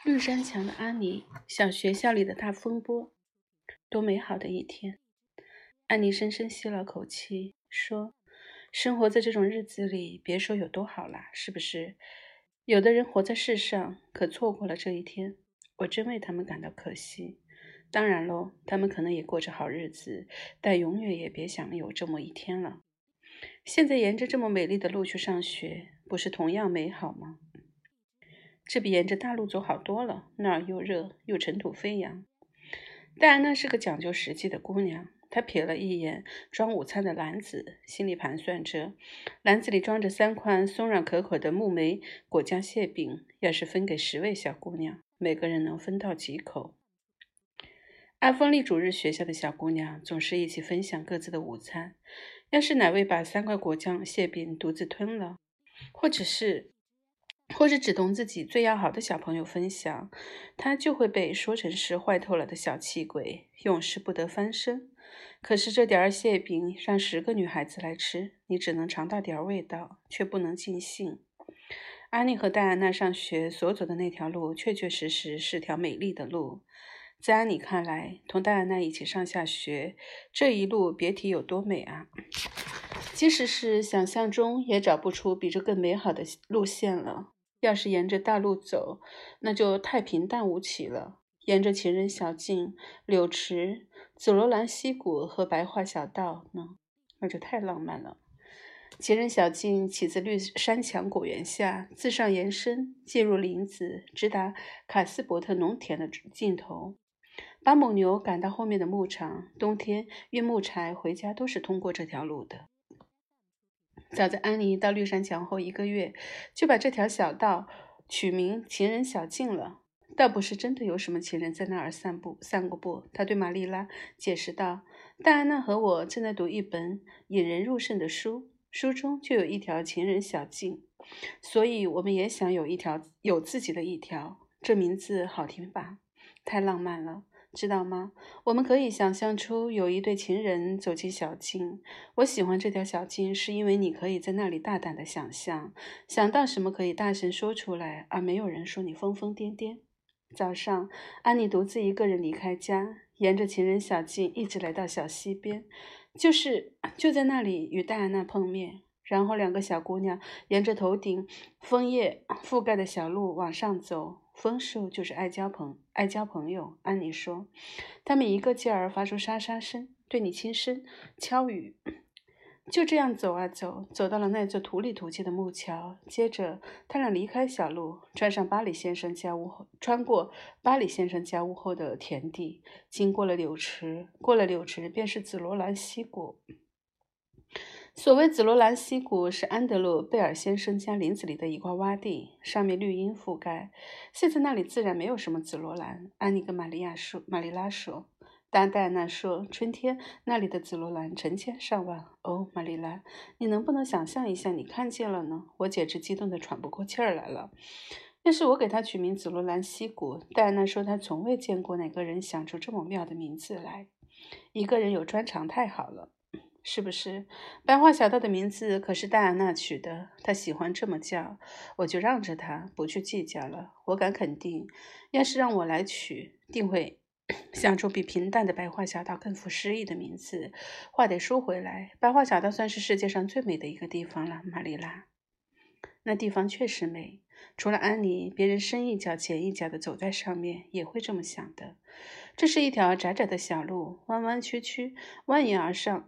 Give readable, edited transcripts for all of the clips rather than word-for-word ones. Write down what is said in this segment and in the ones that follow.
绿山墙的阿尼，小学校里的大风波，多美好的一天！安妮深深吸了口气，说：“生活在这种日子里，别说有多好啦，是不是？有的人活在世上，可错过了这一天，我真为他们感到可惜。当然喽，他们可能也过着好日子，但永远也别想有这么一天了。现在沿着这么美丽的路去上学，不是同样美好吗？这比沿着大路走好多了，那儿又热又尘土飞扬。”戴安娜是个讲究实际的姑娘，她瞥了一眼装午餐的篮子，心里盘算着，篮子里装着3块松软可口的木莓果酱蟹饼，要是分给10位小姑娘，每个人能分到几口？阿峰利主日学校的小姑娘总是一起分享各自的午餐，要是哪位把3块果酱蟹饼独自吞了，或者只同自己最要好的小朋友分享，他就会被说成是坏透了的小气鬼，永世不得翻身。可是这点儿蟹饼让10个女孩子来吃，你只能尝到点儿味道，却不能尽兴。安妮和戴安娜上学所走的那条路，确确实实是条美丽的路。在安妮看来，同戴安娜一起上下学，这一路别提有多美啊！即使是想象中，也找不出比这更美好的路线了。要是沿着大路走，那就太平淡无奇了。沿着情人小径、柳池、紫罗兰溪谷和白桦小道呢，那就太浪漫了。情人小径起自绿山墙果园下，自上延伸，进入林子，直达卡斯伯特农田的尽头。把母牛赶到后面的牧场，冬天运木柴回家都是通过这条路的。早在安妮到绿山墙后1个月，就把这条小道取名情人小径了。倒不是真的有什么情人在那儿散过步。他对玛丽拉解释道：“戴安娜和我正在读一本引人入胜的书，书中就有一条情人小径，所以我们也想有自己的一条。这名字好听吧？太浪漫了。知道吗？我们可以想象出有一对情人走进小径。我喜欢这条小径，是因为你可以在那里大胆的想象，想到什么可以大声说出来，而没有人说你疯疯癫癫。早上，安妮独自一个人离开家，沿着情人小径一直来到小溪边，就在那里与戴安娜碰面。然后2个小姑娘沿着头顶枫叶覆盖的小路往上走。枫树就是爱交朋友，安妮说。他们一个劲儿发出沙沙声，对你轻声敲语。就这样走啊走，走到了那座土里土气的木桥。接着，他俩离开小路，穿过巴里先生家屋后的田地，经过了柳池，过了柳池便是紫罗兰溪谷。所谓紫罗兰溪谷，是安德鲁·贝尔先生家林子里的一块洼地，上面绿荫覆盖。现在那里自然没有什么紫罗兰。安妮跟玛丽拉说。但戴安娜说，春天那里的紫罗兰成千上万。哦，玛丽拉，你能不能想象一下你看见了呢？我简直激动得喘不过气儿来了。要是我给它取名紫罗兰溪谷，戴安娜说她从未见过哪个人想出这么妙的名字来。一个人有专长太好了。是不是？白桦小道的名字可是戴安娜取的，她喜欢这么叫，我就让着她，不去计较了。我敢肯定，要是让我来取，定会想出比平淡的白桦小道更富诗意的名字。话得说回来，白桦小道算是世界上最美的一个地方了，玛丽拉。那地方确实美，除了安妮，别人深一脚浅一脚的走在上面，也会这么想的。这是一条窄窄的小路，弯弯曲曲，蜿蜒而上。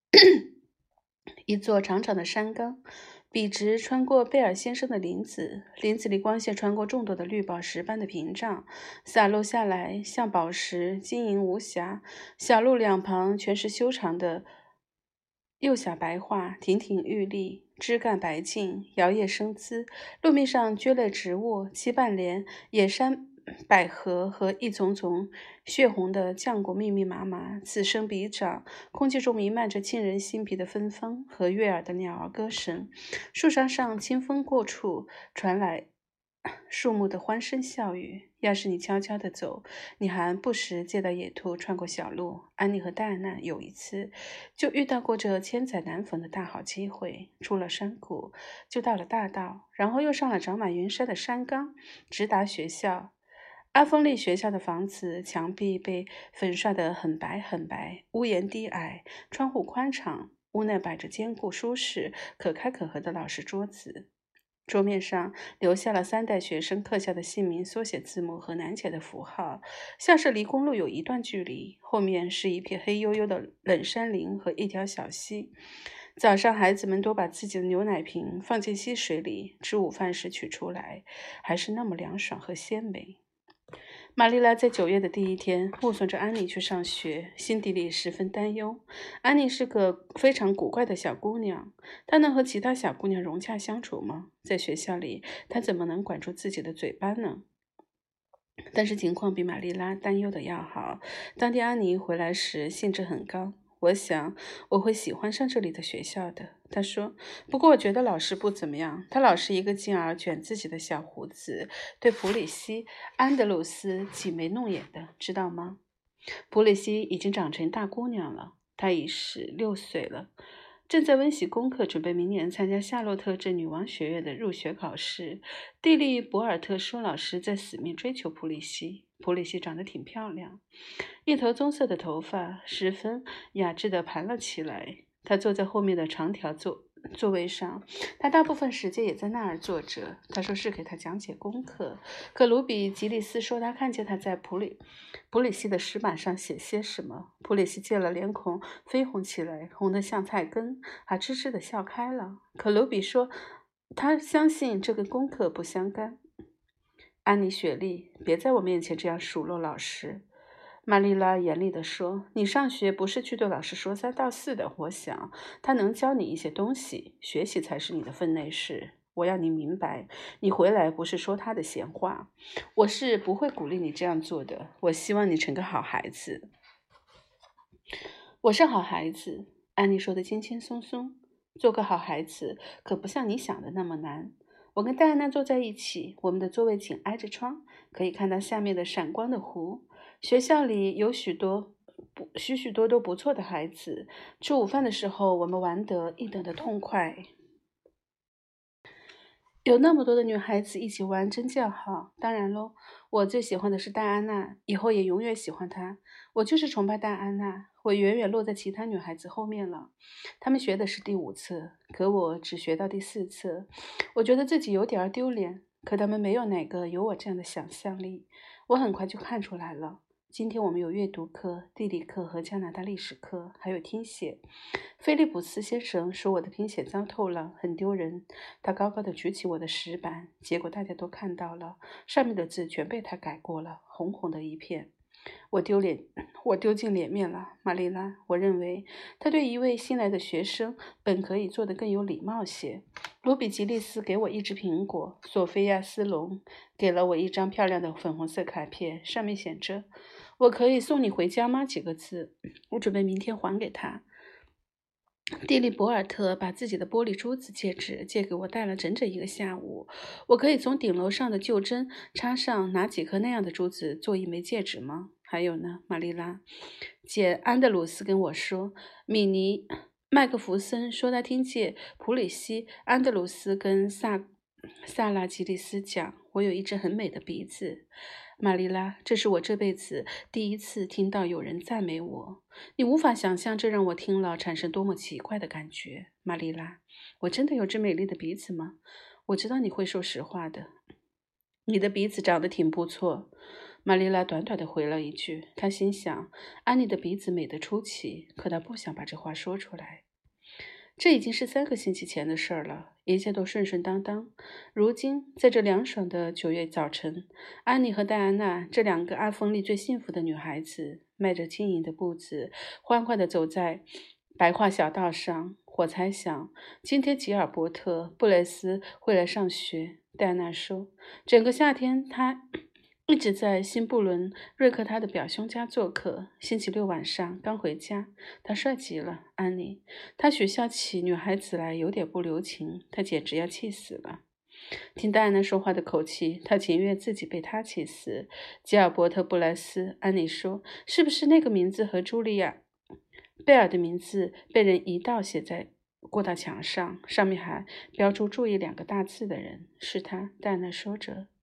一座长长的山冈，笔直穿过贝尔先生的林子，林子里光线穿过众多的绿宝石般的屏障，洒落下来，像宝石，晶莹无瑕。小路两旁全是修长的幼小白桦，亭亭玉立，枝干白净，摇曳生姿。路面上蕨类植物、七瓣莲、野山百合和一丛丛血红的浆果密密麻麻，此生彼长。空气中弥漫着沁人心脾的芬芳和悦耳的鸟儿歌声。树梢上清风过处，传来树木的欢声笑语。要是你悄悄地走，你还不时见到野兔穿过小路。安妮和戴安娜有一次就遇到过这千载难逢的大好机会。出了山谷，就到了大道，然后又上了长满云山的山岗，直达学校。 阿峰利学校的房子墙壁被粉刷得很白很白，屋檐低矮，窗户宽敞，屋内摆着坚固舒适、可开可合的老式桌子。桌面上留下了3代学生刻下的姓名缩写字母和难解的符号，像是离公路有一段距离，后面是一片黑黝黝的冷山林和一条小溪。早上，孩子们都把自己的牛奶瓶放进溪水里，吃午饭时取出来，还是那么凉爽和鲜美。玛丽拉在9月的第一天目送着安妮去上学，心底里十分担忧。安妮是个非常古怪的小姑娘，她能和其他小姑娘融洽相处吗？在学校里，她怎么能管住自己的嘴巴呢？但是情况比玛丽拉担忧的要好。当天安妮回来时兴致很高，我想我会喜欢上这里的学校的。她说，不过我觉得老师不怎么样，他老是一个劲儿卷自己的小胡子，对普里希·安德鲁斯挤眉弄眼的，知道吗？普里希已经长成大姑娘了，她已16岁了，正在温习功课，准备明年参加夏洛特镇女王学院的入学考试。蒂利·博尔特说，老师在死命追求普里希。普里希长得挺漂亮，一头棕色的头发十分雅致地盘了起来。她坐在后面的长条座位上，他大部分时间也在那儿坐着。他说是给他讲解功课，可卢比·吉利斯说他看见他在普里希的石板上写些什么。普里希见了，脸孔绯红起来，红得像菜根，还痴痴地笑开了。可卢比说他相信这跟功课不相干。安妮·雪莉，别在我面前这样数落老师。玛丽拉严厉地说，你上学不是去对老师说3道4的，我想他能教你一些东西，学习才是你的分内事。我要你明白，你回来不是说他的闲话，我是不会鼓励你这样做的。我希望你成个好孩子。我是好孩子，安妮说得轻轻松松。做个好孩子可不像你想的那么难。我跟戴安娜坐在一起，我们的座位紧挨着窗，可以看到下面的闪光的湖。学校里有许许多多不错的孩子。吃午饭的时候，我们玩得一等的痛快。有那么多的女孩子一起玩，真叫好。当然喽，我最喜欢的是戴安娜，以后也永远喜欢她。我就是崇拜戴安娜，我远远落在其他女孩子后面了。她们学的是第5册，可我只学到第4册。我觉得自己有点丢脸，可她们没有哪个有我这样的想象力。我很快就看出来了。今天我们有阅读课、地理课和加拿大历史课，还有听写。菲利普斯先生说我的听写糟透了，很丢人。他高高的举起我的石板，结果大家都看到了，上面的字全被他改过了，红红的一片。我丢尽脸面了，玛丽拉。我认为他对一位新来的学生本可以做得更有礼貌些。卢比吉利斯给我一只苹果，索菲亚斯隆给了我一张漂亮的粉红色卡片，上面写着：“我可以送你回家吗？”几个字。我准备明天还给他。蒂利·博尔特把自己的玻璃珠子戒指借给我戴了整整1个下午。我可以从顶楼上的旧针插上拿几颗那样的珠子做一枚戒指吗？还有呢，玛丽拉，姐安德鲁斯跟我说，米尼·麦克弗森说他听见普里希·安德鲁斯跟萨拉·吉利斯讲，我有一只很美的鼻子。玛丽拉，这是我这辈子第一次听到有人赞美我。你无法想象这让我听了产生多么奇怪的感觉。玛丽拉，我真的有只美丽的鼻子吗？我知道你会说实话的。你的鼻子长得挺不错。玛丽拉短短的回了一句。她心想，安妮的鼻子美得出奇，可她不想把这话说出来。这已经是3个星期前的事儿了，一切都顺顺当当。如今，在这凉爽的9月早晨，安妮和戴安娜这2个阿峰利最幸福的女孩子，迈着轻盈的步子，欢快地走在白桦小道上。我猜想，今天吉尔伯特·布雷斯会来上学。戴安娜说，整个夏天他一直在新布伦瑞克他的表兄家做客。星期6晚上刚回家，他帅极了，安妮。他学校起女孩子来有点不留情，他简直要气死了。听戴安娜说话的口气，他情愿自己被他气死。吉尔伯特·布莱斯，安妮说，是不是那个名字和茱莉亚·贝尔的名字被人一道写在过道墙上，上面还标出注意2个大字的人？是他，戴安娜说着，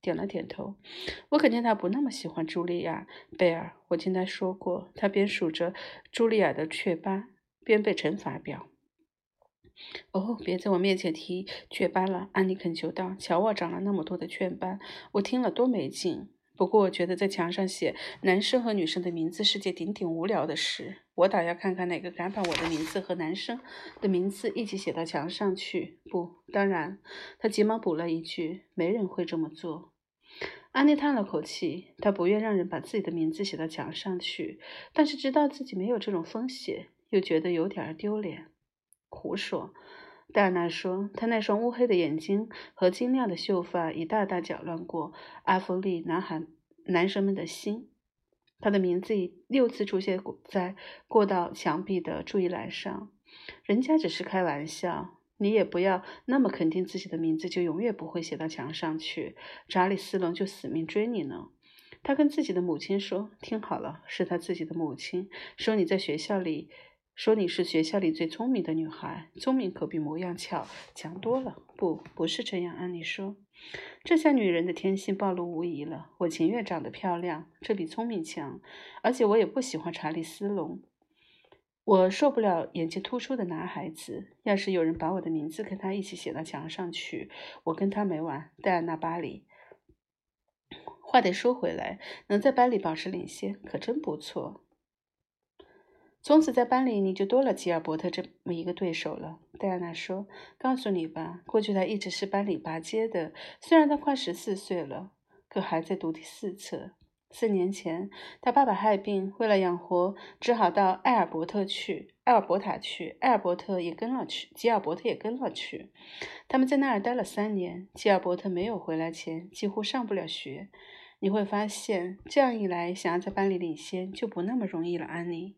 点了点头。我可见他不那么喜欢茱莉亚·贝尔。我听他说过，他边数着茱莉亚的雀斑，边背乘法表。哦，别在我面前提雀斑了，安妮恳求道。瞧我长了那么多的雀斑，我听了多没劲。不过我觉得在墙上写男生和女生的名字是件顶无聊的事。我倒要看看哪个敢把我的名字和男生的名字一起写到墙上去。不，当然，他急忙补了一句，没人会这么做。安妮叹了口气，她不愿让人把自己的名字写到墙上去，但是知道自己没有这种风险，又觉得有点丢脸。胡说，戴安娜说，她那双乌黑的眼睛和晶亮的秀发已大大搅乱过阿弗利男生们的心。她的名字已6次出现在过道墙壁的注意栏上。人家只是开玩笑，你也不要那么肯定自己的名字就永远不会写到墙上去。查理斯隆就死命追你呢。他跟自己的母亲说，听好了，是他自己的母亲说你是学校里最聪明的女孩，聪明可比模样巧强多了。不是这样，安妮说，这下女人的天性暴露无遗了。我情愿长得漂亮，这比聪明强，而且我也不喜欢查理斯隆。我受不了眼睛突出的男孩子。要是有人把我的名字跟他一起写到墙上去，我跟他没完。戴安娜·巴里。话得说回来，能在班里保持领先，可真不错。从此在班里你就多了吉尔伯特这么一个对手了。戴安娜说，告诉你吧，过去他一直是班里拔尖的，虽然他快14岁了，可还在读第4册。4年前，他爸爸害病，为了养活，只好到埃尔伯塔去。吉尔伯特也跟了去。他们在那儿待了3年。吉尔伯特没有回来前，几乎上不了学。你会发现，这样一来，想要在班里领先就不那么容易了，安妮。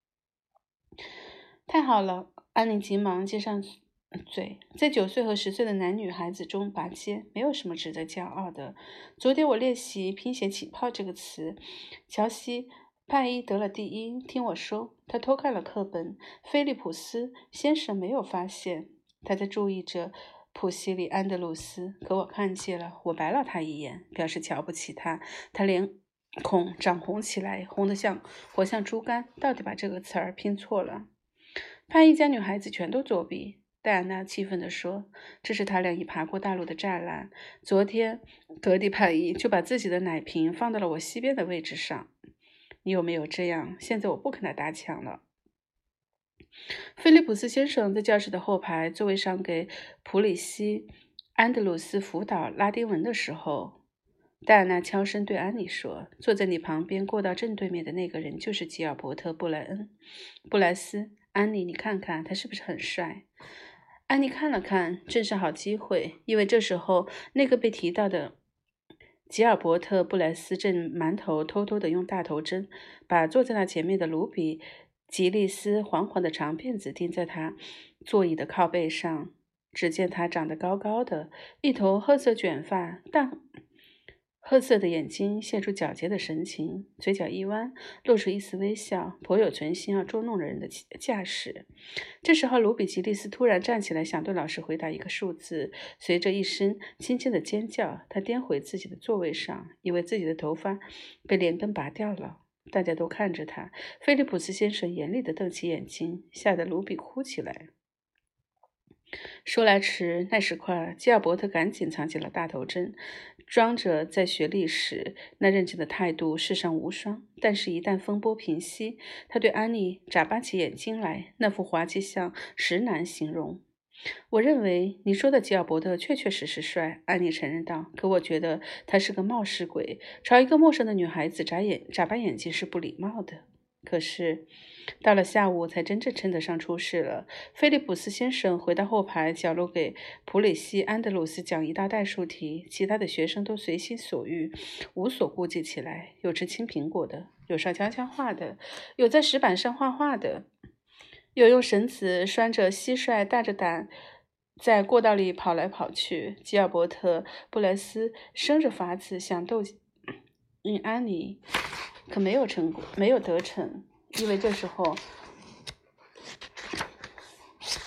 太好了，安妮急忙接上嘴。在9岁和10岁的男女孩子中拔尖，没有什么值得骄傲的。昨天我练习拼写起泡这个词，乔西·派伊得了第1。听我说，他偷看了课本。菲利普斯先生没有发现，他在注意着普西里安德鲁斯，可我看见了。我白了他一眼，表示瞧不起他。他脸孔涨红起来，红得活像猪肝，到底把这个词儿拼错了。派一家女孩子全都作弊，戴安娜气愤地说，这是他俩已爬过大陆的栅栏。昨天格迪派伊就把自己的奶瓶放到了我西边的位置上。你有没有这样？现在我不跟他搭腔了。菲利普斯先生在教室的后排座位上给普里西安德鲁斯辅导拉丁文的时候，戴安娜悄声对安妮说，坐在你旁边过道正对面的那个人就是吉尔伯特·布莱斯。安妮，你看看他是不是很帅？安妮看了看，正是好机会，因为这时候那个被提到的吉尔伯特·布莱斯正埋头偷偷地用大头针把坐在那前面的卢比·吉利斯黄黄的长辫子钉在他座椅的靠背上。只见他长得高高的，一头褐色卷发，褐色的眼睛现出皎洁的神情，嘴角一弯，露出一丝微笑，颇有存心要捉弄人的架势。这时候，卢比吉利斯突然站起来，想对老师回答一个数字。随着一声轻轻的尖叫，他颠回自己的座位上，以为自己的头发被连根拔掉了。大家都看着他。菲利普斯先生严厉地瞪起眼睛，吓得卢比哭起来。说来迟，那时快，吉尔伯特赶紧藏起了大头针，装着在学历史那认真的态度世上无双。但是，一旦风波平息，他对安妮眨巴起眼睛来，那副滑稽相实难形容。我认为你说的吉尔伯特确实帅，安妮承认道。可我觉得他是个冒失鬼，朝一个陌生的女孩子眨巴眼睛是不礼貌的。可是，到了下午才真正称得上出事了。菲利普斯先生回到后排角落，给普里西安德鲁斯讲一道代数题，其他的学生都随心所欲，无所顾忌起来。有吃青苹果的，有上悄悄话的，有在石板上画画的，有用绳子拴着蟋蟀，大着胆在过道里跑来跑去。吉尔伯特·布莱斯生着法子想逗安妮，可没有得逞，因为这时候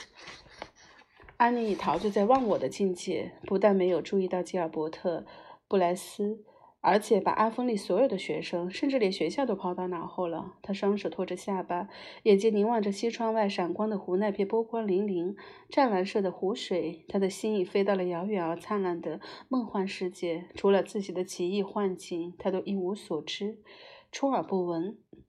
安妮已陶醉在忘我的境界，不但没有注意到吉尔伯特布莱斯，而且把阿峰利所有的学生，甚至连学校都抛到脑后了。他双手托着下巴，眼睛凝望着西窗外闪光的湖那片波光粼粼、湛蓝色的湖水。他的心已飞到了遥远而灿烂的梦幻世界，除了自己的奇异幻境，他都一无所知，充耳不闻。